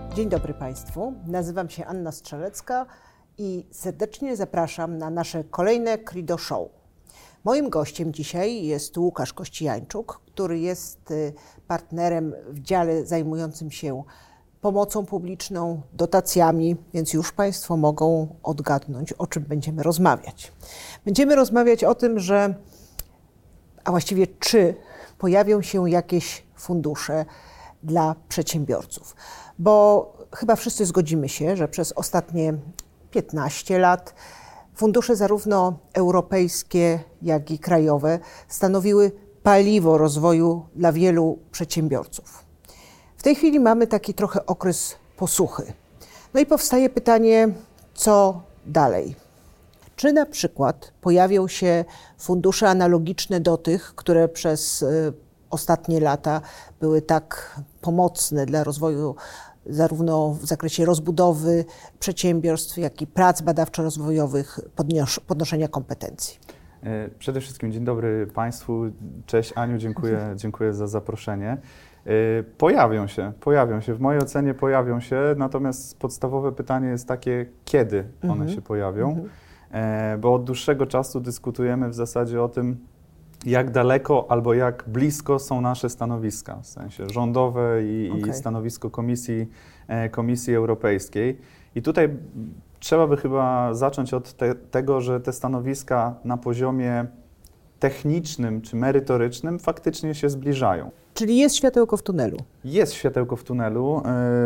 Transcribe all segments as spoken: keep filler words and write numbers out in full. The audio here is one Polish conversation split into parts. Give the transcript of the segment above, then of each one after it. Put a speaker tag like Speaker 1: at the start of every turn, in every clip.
Speaker 1: Dzień dobry Państwu, nazywam się Anna Strzelecka i serdecznie zapraszam na nasze kolejne Credo Show. Moim gościem dzisiaj jest Łukasz Kościjańczuk, który jest partnerem w dziale zajmującym się pomocą publiczną, dotacjami, więc już Państwo mogą odgadnąć, o czym będziemy rozmawiać. Będziemy rozmawiać o tym, że, a właściwie czy pojawią się jakieś fundusze dla przedsiębiorców, bo chyba wszyscy zgodzimy się, że przez ostatnie piętnaście lat fundusze zarówno europejskie, jak i krajowe stanowiły paliwo rozwoju dla wielu przedsiębiorców. W tej chwili mamy taki trochę okres posłuchy. No i powstaje pytanie, co dalej? Czy na przykład pojawią się fundusze analogiczne do tych, które przez ostatnie lata były tak pomocne dla rozwoju zarówno w zakresie rozbudowy przedsiębiorstw, jak i prac badawczo-rozwojowych, podnos- podnoszenia kompetencji?
Speaker 2: Przede wszystkim dzień dobry Państwu. Cześć Aniu, dziękuję, dziękuję za zaproszenie. Pojawią się, pojawią się. W mojej ocenie pojawią się, natomiast podstawowe pytanie jest takie, kiedy one mhm. się pojawią, mhm. bo od dłuższego czasu dyskutujemy w zasadzie o tym, jak daleko albo jak blisko są nasze stanowiska, w sensie rządowe i, okay. i stanowisko Komisji, Komisji Europejskiej. I tutaj trzeba by chyba zacząć od te, tego, że te stanowiska na poziomie technicznym czy merytorycznym faktycznie się zbliżają.
Speaker 1: Czyli jest światełko w tunelu? Jest
Speaker 2: światełko w tunelu.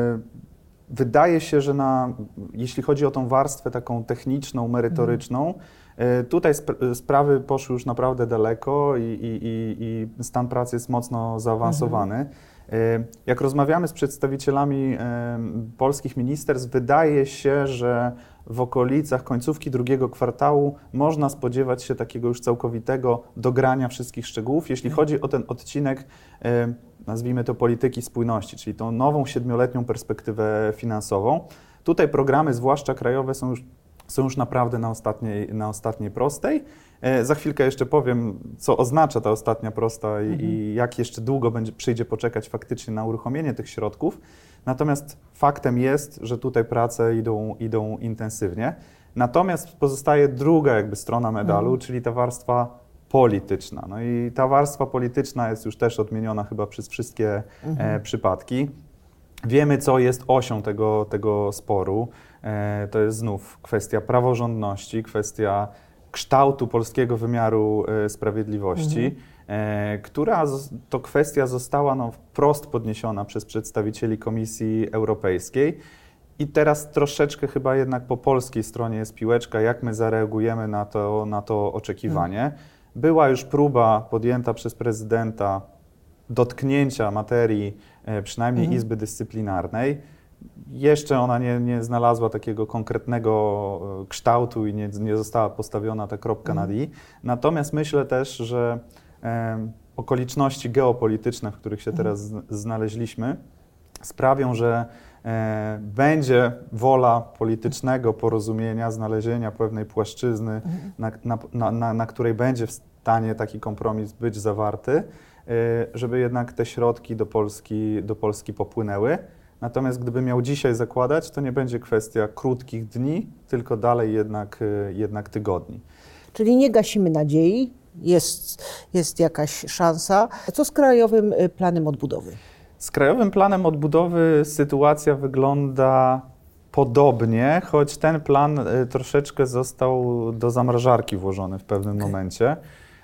Speaker 2: Wydaje się, że na, jeśli chodzi o tą warstwę taką techniczną, merytoryczną, mhm. tutaj sp- sprawy poszły już naprawdę daleko i, i, i, i stan pracy jest mocno zaawansowany. Mhm. Jak rozmawiamy z przedstawicielami polskich ministerstw, wydaje się, że w okolicach końcówki drugiego kwartału można spodziewać się takiego już całkowitego dogrania wszystkich szczegółów, jeśli chodzi o ten odcinek, nazwijmy to polityki spójności, czyli tą nową siedmioletnią perspektywę finansową. Tutaj programy, zwłaszcza krajowe, są już, są już naprawdę na ostatniej, na ostatniej prostej. Za chwilkę jeszcze powiem, co oznacza ta ostatnia prosta i, mhm. i jak jeszcze długo będzie, przyjdzie poczekać faktycznie na uruchomienie tych środków. Natomiast faktem jest, że tutaj prace idą, idą intensywnie. Natomiast pozostaje druga jakby strona medalu, mhm. czyli ta warstwa polityczna. No i ta warstwa polityczna jest już też odmieniona chyba przez wszystkie mhm. e, przypadki. Wiemy, co jest osią tego, tego sporu. E, to jest znów kwestia praworządności, kwestia kształtu polskiego wymiaru e, sprawiedliwości, mhm. e, która z, to kwestia została no, wprost podniesiona przez przedstawicieli Komisji Europejskiej. I teraz troszeczkę chyba jednak po polskiej stronie jest piłeczka, jak my zareagujemy na to, na to oczekiwanie. Mhm. Była już próba podjęta przez prezydenta dotknięcia materii e, przynajmniej mhm. Izby Dyscyplinarnej. Jeszcze ona nie, nie znalazła takiego konkretnego kształtu i nie, nie została postawiona ta kropka mhm. nad i. Natomiast myślę też, że e, okoliczności geopolityczne, w których się mhm. teraz z, znaleźliśmy, sprawią, że e, będzie wola politycznego porozumienia, znalezienia pewnej płaszczyzny, mhm. na, na, na, na której będzie w stanie taki kompromis być zawarty, e, żeby jednak te środki do Polski, do Polski popłynęły. Natomiast gdyby miał dzisiaj zakładać, to nie będzie kwestia krótkich dni, tylko dalej jednak, jednak tygodni.
Speaker 1: Czyli nie gasimy nadziei, jest, jest jakaś szansa. A co z Krajowym Planem Odbudowy?
Speaker 2: Z Krajowym Planem Odbudowy sytuacja wygląda podobnie, choć ten plan troszeczkę został do zamrażarki włożony w pewnym okay. momencie.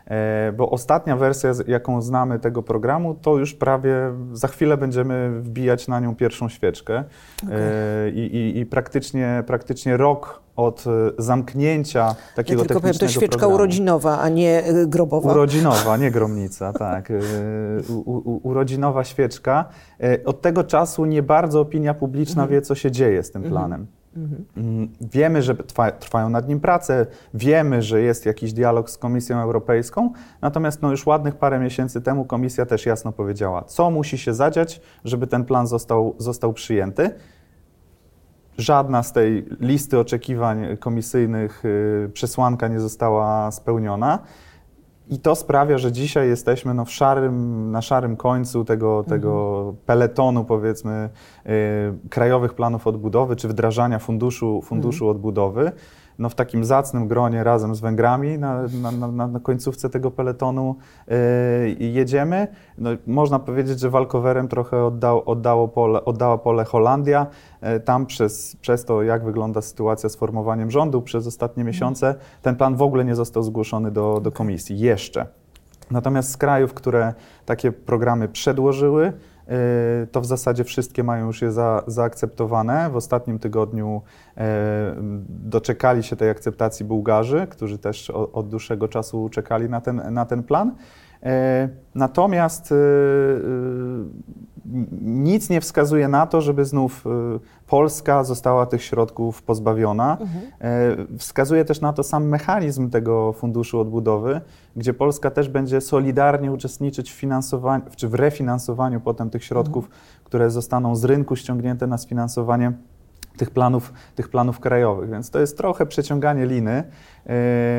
Speaker 2: Bo ostatnia wersja, jaką znamy tego programu, to już prawie za chwilę będziemy wbijać na nią pierwszą świeczkę. Okay. I, i, i praktycznie, praktycznie rok od zamknięcia takiego
Speaker 1: ja tylko
Speaker 2: technicznego
Speaker 1: powiem, to świeczka
Speaker 2: programu.
Speaker 1: urodzinowa, a nie grobowa.
Speaker 2: Urodzinowa, nie gromnica, tak. U, u, urodzinowa świeczka. Od tego czasu nie bardzo opinia publiczna mm. wie, co się dzieje z tym planem. Mm-hmm. Wiemy, że trwa, trwają nad nim prace, wiemy, że jest jakiś dialog z Komisją Europejską, natomiast no już ładnych parę miesięcy temu Komisja też jasno powiedziała, co musi się zadziać, żeby ten plan został, został przyjęty. Żadna z tej listy oczekiwań komisyjnych y, przesłanka nie została spełniona. I to sprawia, że dzisiaj jesteśmy no, w szarym, na szarym końcu tego, tego mhm. peletonu, powiedzmy, y, krajowych planów odbudowy, czy wdrażania funduszu, funduszu mhm. odbudowy. No, w takim zacnym gronie razem z Węgrami na, na, na, na końcówce tego peletonu y, jedziemy. No, można powiedzieć, że walkowerem trochę oddał, oddało pole, oddała pole Holandia. Y, tam przez, przez to, jak wygląda sytuacja z formowaniem rządu przez ostatnie miesiące, ten plan w ogóle nie został zgłoszony do, do komisji. Jeszcze. Natomiast z krajów, które takie programy przedłożyły, to w zasadzie wszystkie mają już je za, zaakceptowane. W ostatnim tygodniu e, doczekali się tej akceptacji Bułgarzy, którzy też o, od dłuższego czasu czekali na ten, na ten plan. E, natomiast e, nic nie wskazuje na to, żeby znów e, Polska została tych środków pozbawiona. Mhm. E, wskazuje też na to sam mechanizm tego Funduszu Odbudowy, gdzie Polska też będzie solidarnie uczestniczyć w finansowaniu, czy w refinansowaniu potem tych środków, mhm. które zostaną z rynku ściągnięte na sfinansowanie tych planów, tych planów krajowych. Więc to jest trochę przeciąganie liny yy,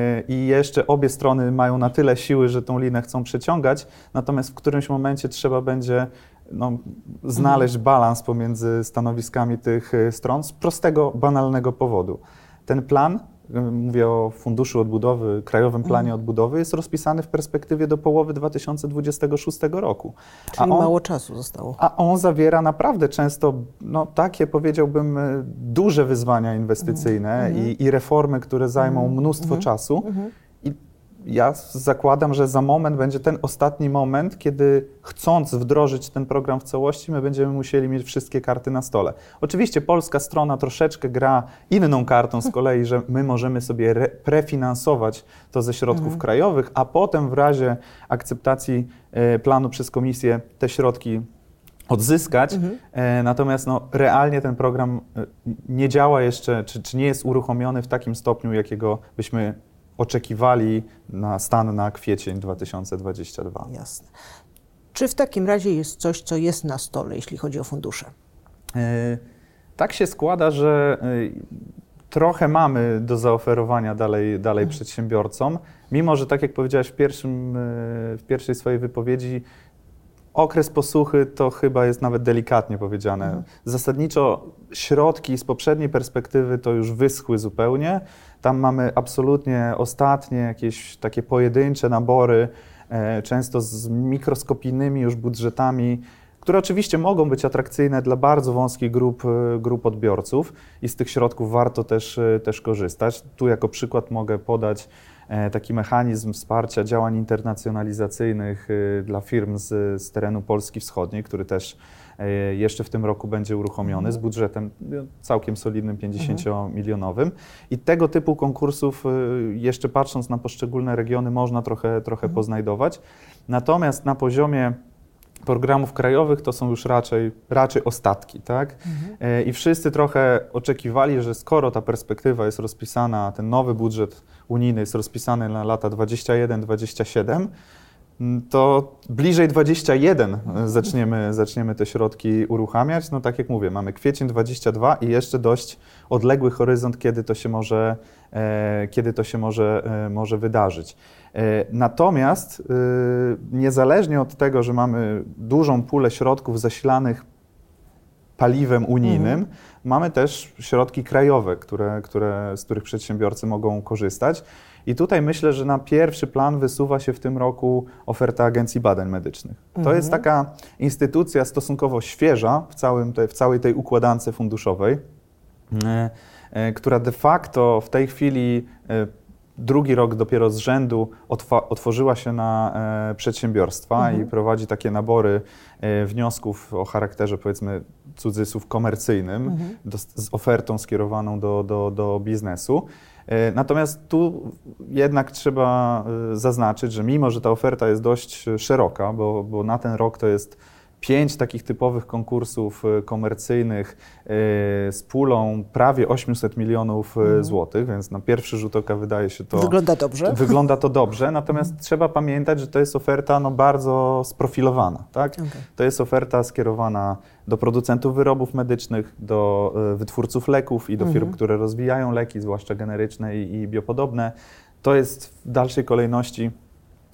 Speaker 2: i jeszcze obie strony mają na tyle siły, że tą linę chcą przeciągać, natomiast w którymś momencie trzeba będzie no, znaleźć balans pomiędzy stanowiskami tych stron z prostego, banalnego powodu. Ten plan, mówię o Funduszu Odbudowy, Krajowym Planie mhm. Odbudowy, jest rozpisany w perspektywie do połowy dwa tysiące dwudziestego szóstego roku.
Speaker 1: Czyli on, mało czasu zostało.
Speaker 2: A on zawiera naprawdę często no, takie, powiedziałbym, duże wyzwania inwestycyjne mhm. i, i reformy, które zajmą mhm. mnóstwo mhm. czasu. Mhm. I ja zakładam, że za moment będzie ten ostatni moment, kiedy chcąc wdrożyć ten program w całości, my będziemy musieli mieć wszystkie karty na stole. Oczywiście polska strona troszeczkę gra inną kartą z kolei, że my możemy sobie re- prefinansować to ze środków mhm. krajowych, a potem w razie akceptacji e, planu przez komisję te środki odzyskać. Mhm. E, natomiast no, realnie ten program e, nie działa jeszcze, czy, czy nie jest uruchomiony w takim stopniu, jakiego byśmy oczekiwali na stan na kwiecień dwa tysiące dwudziesty drugi.
Speaker 1: Jasne. Czy w takim razie jest coś, co jest na stole, jeśli chodzi o fundusze?
Speaker 2: E, tak się składa, że e, trochę mamy do zaoferowania dalej, dalej mhm. przedsiębiorcom, mimo że tak jak powiedziałaś w, pierwszym, e, w pierwszej swojej wypowiedzi, okres posuchy to chyba jest nawet delikatnie powiedziane. Mhm. Zasadniczo środki z poprzedniej perspektywy to już wyschły zupełnie. Tam mamy absolutnie ostatnie jakieś takie pojedyncze nabory, e, często z mikroskopijnymi już budżetami, które oczywiście mogą być atrakcyjne dla bardzo wąskich grup, grup odbiorców i z tych środków warto też, też korzystać. Tu jako przykład mogę podać taki mechanizm wsparcia działań internacjonalizacyjnych dla firm z, z terenu Polski Wschodniej, który też jeszcze w tym roku będzie uruchomiony z budżetem całkiem solidnym, pięćdziesięciomilionowym. I tego typu konkursów, jeszcze patrząc na poszczególne regiony, można trochę, trochę mhm. poznajdować. Natomiast na poziomie programów krajowych to są już raczej, raczej ostatki, tak? Mhm. I wszyscy trochę oczekiwali, że skoro ta perspektywa jest rozpisana, ten nowy budżet unijny jest rozpisany na lata dwudziesty pierwszy dwudziesty siódmy, to bliżej dwudziesty pierwszy zaczniemy, zaczniemy te środki uruchamiać. No tak jak mówię, mamy kwiecień dwudziesty drugi i jeszcze dość odległy horyzont, kiedy to się może, e, kiedy to się może, e, może wydarzyć. E, natomiast e, niezależnie od tego, że mamy dużą pulę środków zasilanych paliwem unijnym, mhm. mamy też środki krajowe, które, które, z których przedsiębiorcy mogą korzystać. I tutaj myślę, że na pierwszy plan wysuwa się w tym roku oferta Agencji Badań Medycznych. Mhm. To jest taka instytucja stosunkowo świeża w, całym te, w całej tej układance funduszowej, e, e, która de facto w tej chwili e, drugi rok dopiero z rzędu otwa- otworzyła się na e, przedsiębiorstwa mhm. i prowadzi takie nabory e, wniosków o charakterze, powiedzmy, cudzysłów komercyjnym, mhm. do, z ofertą skierowaną do, do, do biznesu. E, natomiast tu jednak trzeba e, zaznaczyć, że mimo, że ta oferta jest dość szeroka, bo, bo na ten rok to jest pięć takich typowych konkursów komercyjnych z pulą prawie osiemset milionów mm. złotych, więc na pierwszy rzut oka wydaje się to...
Speaker 1: Wygląda dobrze.
Speaker 2: Wygląda to dobrze, natomiast mm. trzeba pamiętać, że to jest oferta no, bardzo sprofilowana. Tak? Okay. To jest oferta skierowana do producentów wyrobów medycznych, do wytwórców leków i do firm, mm. które rozwijają leki, zwłaszcza generyczne i, i biopodobne. To jest w dalszej kolejności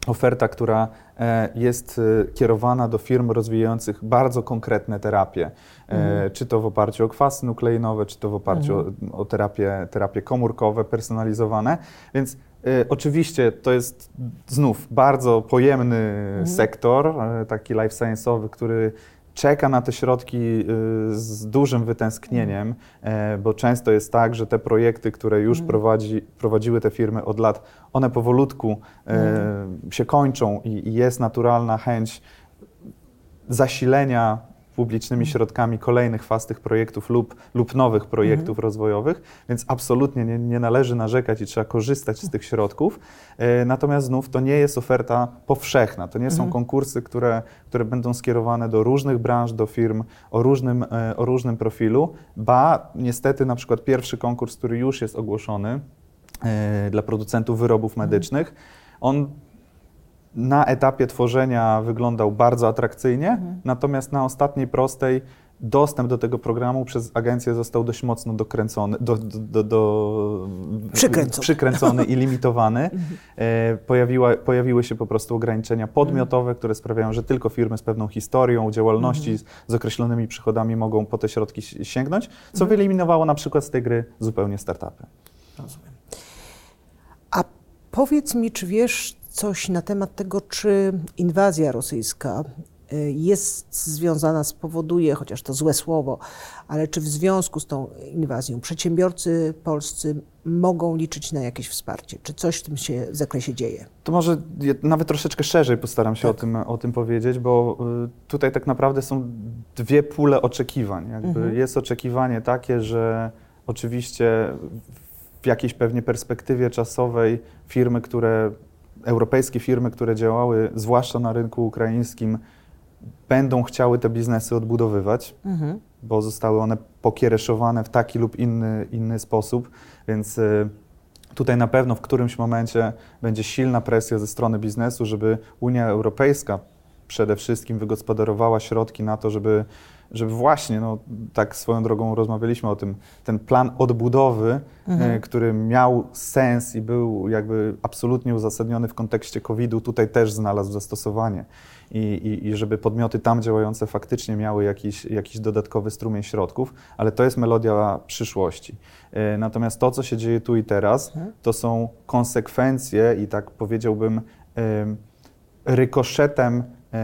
Speaker 2: oferta, która e, jest e, kierowana do firm rozwijających bardzo konkretne terapie, e, czy to w oparciu o kwasy nukleinowe, czy to w oparciu o, o terapie, terapie komórkowe, personalizowane, więc e, oczywiście to jest znów bardzo pojemny sektor, e, taki life science'owy, który czeka na te środki y, z dużym wytęsknieniem, e, bo często jest tak, że te projekty, które już
Speaker 1: Mm.
Speaker 2: prowadzi, prowadziły te firmy od lat, one powolutku e, się kończą i, i jest naturalna chęć zasilenia publicznymi środkami kolejnych faz tych projektów lub, lub nowych projektów rozwojowych, więc absolutnie nie, nie należy narzekać i trzeba korzystać z tych środków. E, natomiast znów to nie jest oferta powszechna, to nie są konkursy, które, które będą skierowane do różnych branż, do firm o różnym, e, o różnym profilu, ba niestety na przykład pierwszy konkurs, który już jest ogłoszony e, dla producentów wyrobów medycznych, on na etapie tworzenia wyglądał bardzo atrakcyjnie, mhm. natomiast na ostatniej prostej dostęp do tego programu przez agencję został dość mocno dokręcony, do, do, do, do,
Speaker 1: przykręcony,
Speaker 2: przykręcony i limitowany. E, pojawiła, pojawiły się po prostu ograniczenia podmiotowe, które sprawiają, że tylko firmy z pewną historią działalności, mhm. z, z określonymi przychodami mogą po te środki sięgnąć, co mhm. wyeliminowało na przykład z tej gry zupełnie startupy.
Speaker 1: Rozumiem. A powiedz mi, czy wiesz coś na temat tego, czy inwazja rosyjska jest związana, spowoduje, chociaż to złe słowo, ale czy w związku z tą inwazją przedsiębiorcy polscy mogą liczyć na jakieś wsparcie? Czy coś w tym się w zakresie dzieje?
Speaker 2: To może ja nawet troszeczkę szerzej postaram się
Speaker 1: tak.
Speaker 2: o tym, o tym powiedzieć, bo tutaj tak naprawdę są dwie pule oczekiwań. Jakby mhm. Jest oczekiwanie takie, że oczywiście w jakiejś pewnie perspektywie czasowej firmy, które europejskie firmy, które działały zwłaszcza na rynku ukraińskim, będą chciały te biznesy odbudowywać, mhm. bo zostały one pokiereszowane w taki lub inny, inny sposób, więc y, tutaj na pewno w którymś momencie będzie silna presja ze strony biznesu, żeby Unia Europejska przede wszystkim wygospodarowała środki na to, żeby żeby właśnie, no tak swoją drogą rozmawialiśmy o tym, ten plan odbudowy, mhm. e, który miał sens i był jakby absolutnie uzasadniony w kontekście kowida, tutaj też znalazł zastosowanie. I, i, i żeby podmioty tam działające faktycznie miały jakiś, jakiś dodatkowy strumień środków, ale to jest melodia przyszłości. E, natomiast to, co się dzieje tu i teraz, mhm. to są konsekwencje i tak powiedziałbym e, rykoszetem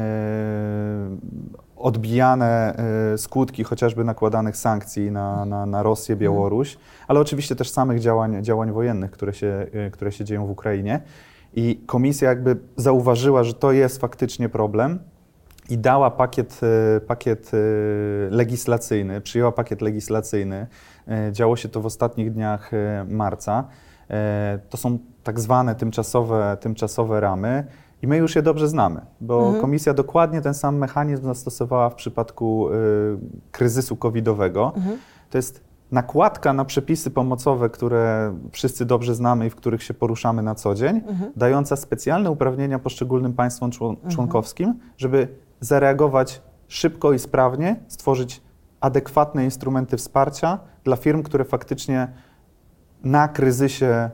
Speaker 2: e, odbijane y, skutki chociażby nakładanych sankcji na, na, na Rosję, Białoruś, ale oczywiście też samych działań, działań wojennych, które się, y, które się dzieją w Ukrainie. I komisja jakby zauważyła, że to jest faktycznie problem i dała pakiet, y, pakiet y, legislacyjny, przyjęła pakiet legislacyjny. Y, działo się to w ostatnich dniach y, marca. Y, to są tak zwane tymczasowe, tymczasowe ramy. I my już je dobrze znamy, bo mhm. komisja dokładnie ten sam mechanizm zastosowała w przypadku y, kryzysu covidowego. Mhm. To jest nakładka na przepisy pomocowe, które wszyscy dobrze znamy i w których się poruszamy na co dzień, mhm. dająca specjalne uprawnienia poszczególnym państwom człon- członkowskim, mhm. żeby zareagować szybko i sprawnie, stworzyć adekwatne instrumenty wsparcia dla firm, które faktycznie na kryzysie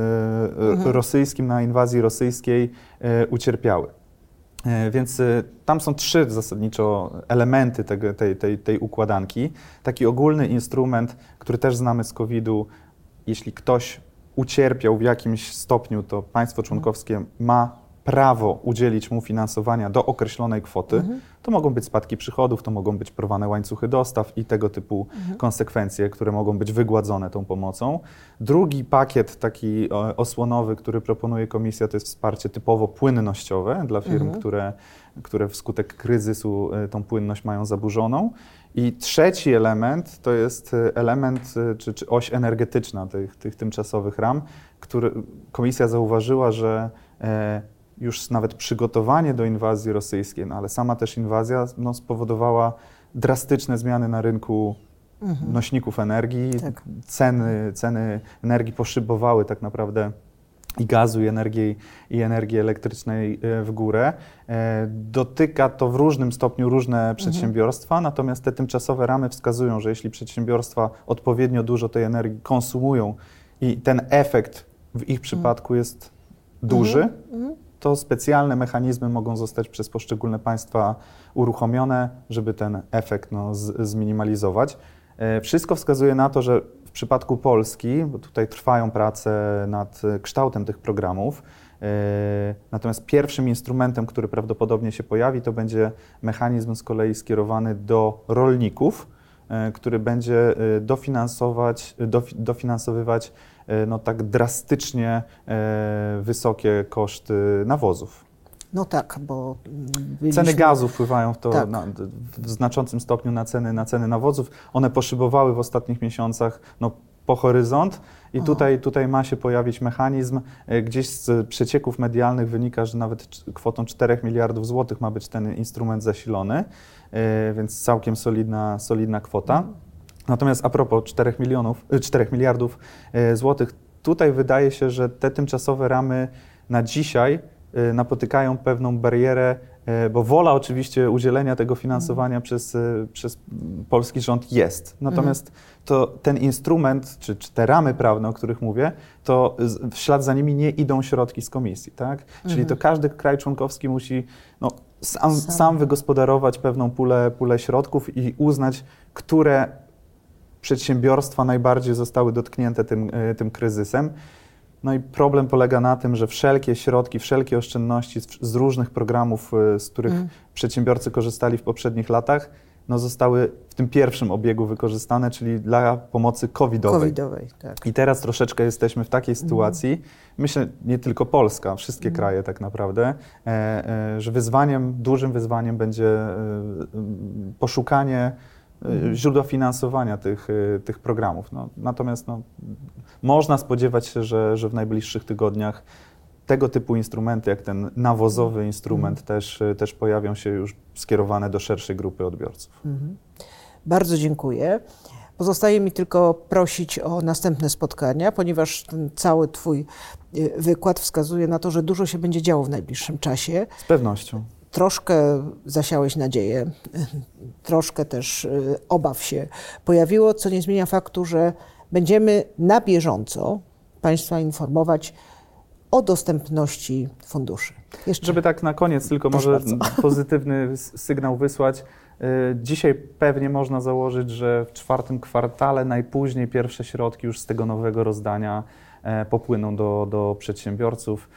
Speaker 2: Mhm. rosyjskim, na inwazji rosyjskiej e, ucierpiały. E, więc e, tam są trzy zasadniczo elementy tego, tej, tej, tej układanki. Taki ogólny instrument, który też znamy z kowida, jeśli ktoś ucierpiał w jakimś stopniu, to państwo członkowskie ma prawo udzielić mu finansowania do określonej kwoty. Mhm. To mogą być spadki przychodów, to mogą być porwane łańcuchy dostaw i tego typu mhm. konsekwencje, które mogą być wygładzone tą pomocą. Drugi pakiet taki osłonowy, który proponuje komisja, to jest wsparcie typowo płynnościowe dla firm, mhm. które, które wskutek kryzysu tą płynność mają zaburzoną. I trzeci element to jest element czy, czy oś energetyczna tych, tych tymczasowych ram, który komisja zauważyła, że e, już nawet przygotowanie do inwazji rosyjskiej, no ale sama też inwazja no, spowodowała drastyczne zmiany na rynku mhm. nośników energii. Tak. Ceny, ceny energii poszybowały tak naprawdę i gazu, i energii, i energii elektrycznej w górę. Dotyka to w różnym stopniu różne przedsiębiorstwa, mhm. natomiast te tymczasowe ramy wskazują, że jeśli przedsiębiorstwa odpowiednio dużo tej energii konsumują i ten efekt w ich przypadku jest duży, mhm. to specjalne mechanizmy mogą zostać przez poszczególne państwa uruchomione, żeby ten efekt no, z, zminimalizować. Wszystko wskazuje na to, że w przypadku Polski, bo tutaj trwają prace nad kształtem tych programów, natomiast pierwszym instrumentem, który prawdopodobnie się pojawi, to będzie mechanizm z kolei skierowany do rolników, który będzie dofinansować, dofinansowywać no, tak drastycznie wysokie koszty nawozów.
Speaker 1: No tak, bo byliśmy...
Speaker 2: Ceny gazu wpływają w to
Speaker 1: tak.
Speaker 2: na, w znaczącym stopniu na ceny, na ceny nawozów. One poszybowały w ostatnich miesiącach no, po horyzont i tutaj, tutaj ma się pojawić mechanizm. Gdzieś z przecieków medialnych wynika, że nawet kwotą czterech miliardów złotych ma być ten instrument zasilony, więc całkiem solidna, solidna kwota. Natomiast a propos czterech milionów, czterech miliardów złotych, tutaj wydaje się, że te tymczasowe ramy na dzisiaj napotykają pewną barierę, bo wola oczywiście udzielenia tego finansowania mm. przez, przez polski rząd jest. Natomiast mm. to ten instrument, czy, czy te ramy prawne, o których mówię, to w ślad za nimi nie idą środki z komisji, tak? Czyli mm. to każdy kraj członkowski musi no, sam, sam. sam wygospodarować pewną pulę, pulę środków i uznać, które przedsiębiorstwa najbardziej zostały dotknięte tym, tym kryzysem. No i problem polega na tym, że wszelkie środki, wszelkie oszczędności z, z różnych programów, z których mm. przedsiębiorcy korzystali w poprzednich latach, no zostały w tym pierwszym obiegu wykorzystane, czyli dla pomocy covidowej.
Speaker 1: covidowej tak.
Speaker 2: I teraz troszeczkę jesteśmy w takiej sytuacji, mm. myślę, nie tylko Polska, wszystkie mm. kraje tak naprawdę, e, e, że wyzwaniem, dużym wyzwaniem będzie e, e, poszukanie źródła finansowania tych, tych programów. No, natomiast no, można spodziewać się, że, że w najbliższych tygodniach tego typu instrumenty, jak ten nawozowy instrument, mm. też, też pojawią się już skierowane do szerszej grupy odbiorców. Mm.
Speaker 1: Bardzo dziękuję. Pozostaje mi tylko prosić o następne spotkania, ponieważ ten cały Twój wykład wskazuje na to, że dużo się będzie działo w najbliższym czasie.
Speaker 2: Z pewnością.
Speaker 1: Troszkę zasiałeś nadzieję, troszkę też obaw się pojawiło, co nie zmienia faktu, że będziemy na bieżąco Państwa informować o dostępności funduszy.
Speaker 2: Jeszcze. Żeby tak na koniec tylko może bardzo. pozytywny sygnał wysłać. Dzisiaj pewnie można założyć, że w czwartym kwartale najpóźniej pierwsze środki już z tego nowego rozdania popłyną do, do przedsiębiorców.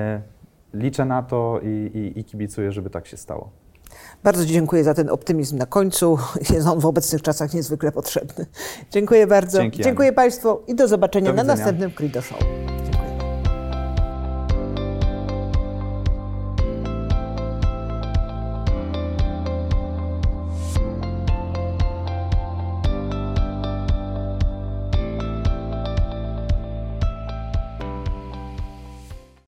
Speaker 2: Liczę na to i, i, i kibicuję, żeby tak się stało.
Speaker 1: Bardzo dziękuję za ten optymizm na końcu. Jest on w obecnych czasach niezwykle potrzebny. Dziękuję bardzo.
Speaker 2: Dzięki,
Speaker 1: dziękuję Państwu i do zobaczenia
Speaker 2: do
Speaker 1: na
Speaker 2: widzenia.
Speaker 1: następnym Credo Show.